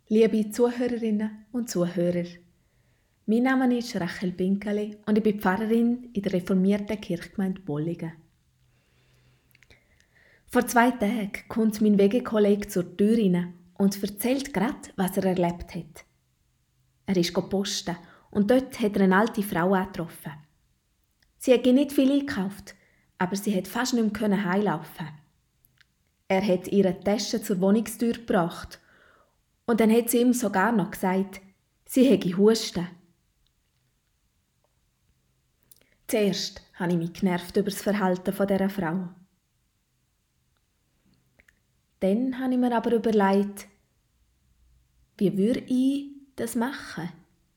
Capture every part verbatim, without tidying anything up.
Liebe Zuhörerinnen und Zuhörer, mein Name ist Rachel Binkele und ich bin Pfarrerin in der reformierten Kirchgemeinde Bolligen. Vor zwei Tagen kommt mein Wegekollege zur Tür rein und erzählt gerade, was er erlebt hat. Er ist posten und dort hat er eine alte Frau angetroffen. Sie hat nicht viel eingekauft, aber sie hat fast nicht mehr heimlaufen. Er hat ihre Tasche zur Wohnungstür gebracht und dann hat sie ihm sogar noch gesagt, sie hätte Husten. Zuerst habe ich mich genervt über das Verhalten dieser Frau. Dann habe ich mir aber überlegt, wie würde ich das machen?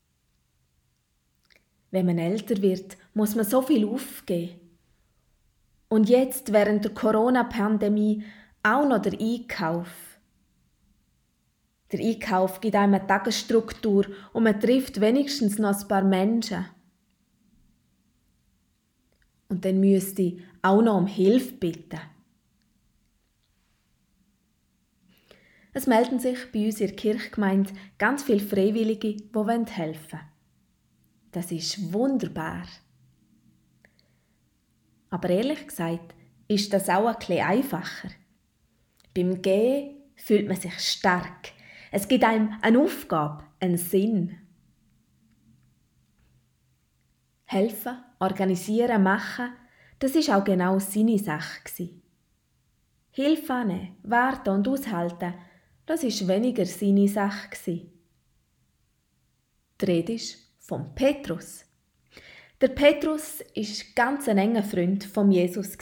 Wenn man älter wird, muss man so viel aufgeben. Und jetzt während der Corona-Pandemie auch noch der Einkauf. Der Einkauf gibt einem eine Tagesstruktur und man trifft wenigstens noch ein paar Menschen. Und dann müsste ich auch noch um Hilfe bitten. Es melden sich bei uns in der Kirchgemeinde ganz viele Freiwillige, die helfen wollen. Das ist wunderbar. Aber ehrlich gesagt ist das auch ein bisschen einfacher. Beim Gehen fühlt man sich stark. Es gibt einem eine Aufgabe, einen Sinn. Helfen, organisieren, machen, das ist auch genau seine Sache. Hilfe annehmen, warten und aushalten, das ist weniger seine Sache. Die Rede ist von Petrus. Der Petrus war ganz ein enger Freund von Jesus.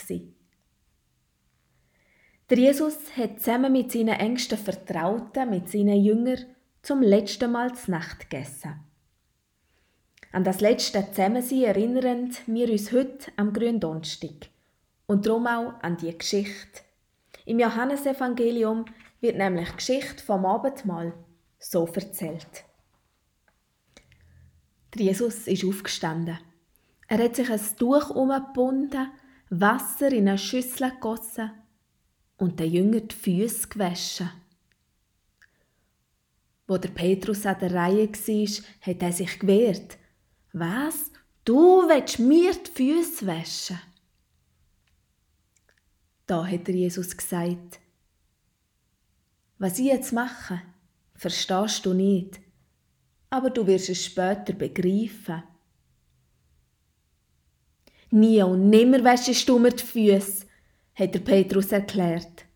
Der Jesus hat zusammen mit seinen engsten Vertrauten, mit seinen Jüngern, zum letzten Mal zur Nacht gegessen. An das letzte Zusammensein erinnern wir uns heute am Gründonnerstag und darum auch an die Geschichte. Im Johannesevangelium wird nämlich die Geschichte vom Abendmahl so erzählt. Der Jesus ist aufgestanden. Er hat sich ein Tuch umgebunden, Wasser in eine Schüssel gegossen und den Jüngern die Füße gewaschen. Wo der Petrus an der Reihe war, hat er sich gewehrt. «Was? Du willst mir die Füße waschen?» Da hat Jesus gesagt, «Was ich jetzt mache, verstehst du nicht, aber du wirst es später begreifen.» «Nie und nimmer wäschst du mir die Füße», hat der Petrus erklärt.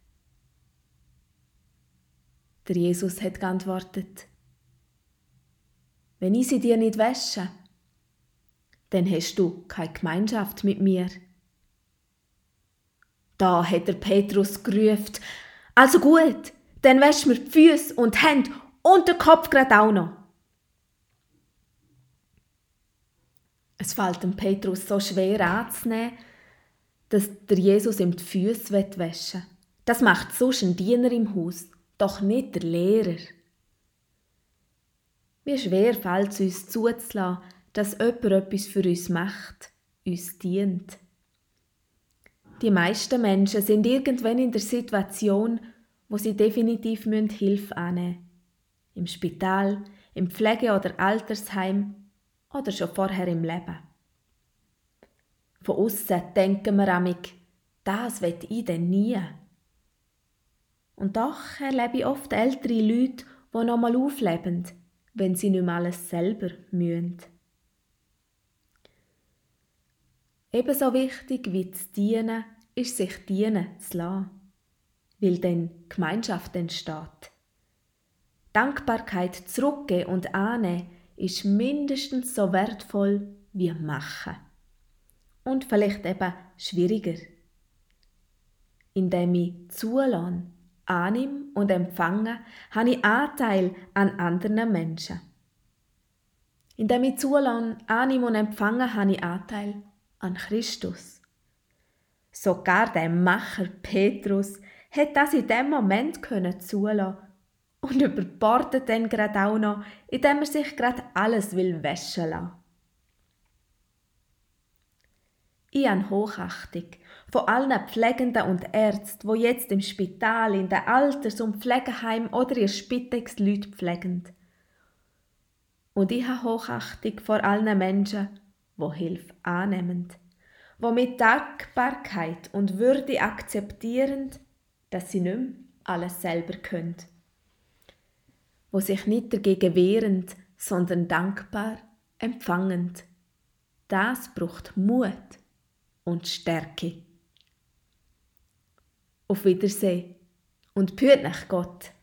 Der Jesus hat geantwortet, «Wenn ich sie dir nicht wäsche, dann hast du keine Gemeinschaft mit mir.» Da hat der Petrus gerufen, «Also gut, dann wäsch mir die Füße und die Hände und den Kopf gerade auch noch.» Es fällt dem Petrus so schwer anzunehmen, dass der Jesus ihm die Füße waschen will. Das macht sonst ein Diener im Haus, doch nicht der Lehrer. Wie schwer fällt es uns zuzulassen, dass jemand etwas für uns macht, uns dient. Die meisten Menschen sind irgendwann in der Situation, wo sie definitiv Hilfe annehmen müssen. Im Spital, im Pflege- oder Altersheim oder schon vorher im Leben. Von aussen denken wir amig, das will ich denn nie. Und doch erlebe ich oft ältere Leute, die noch mal aufleben, wenn sie nicht mehr alles selber müssen. Ebenso wichtig wie zu dienen, ist sich dienen zu lassen, weil dann Gemeinschaft entsteht. Dankbarkeit zurückgeben und annehmen ist mindestens so wertvoll wie machen. Und vielleicht eben schwieriger. Indem ich zulasse, annehme und empfange, habe ich Anteil an anderen Menschen. Indem ich zulasse, annehme und empfange, habe ich Anteil an Christus. Sogar der Macher Petrus hat das in dem Moment können zulassen und überbordet dann gerade auch noch, indem er sich gerade alles will waschen lassen. Ich habe Hochachtung von allen Pflegenden und Ärzten, die jetzt im Spital, in den Alters- und Pflegeheimen oder in Spitex Leute pflegen. Und ich habe Hochachtung vor allen Menschen, die Hilfe annehmen, die mit Dankbarkeit und Würde akzeptieren, dass sie nicht mehr alles selber können, die sich nicht dagegen wehren, sondern dankbar empfangen. Das braucht Mut und Stärke. Auf Wiedersehen und behüt nach Gott.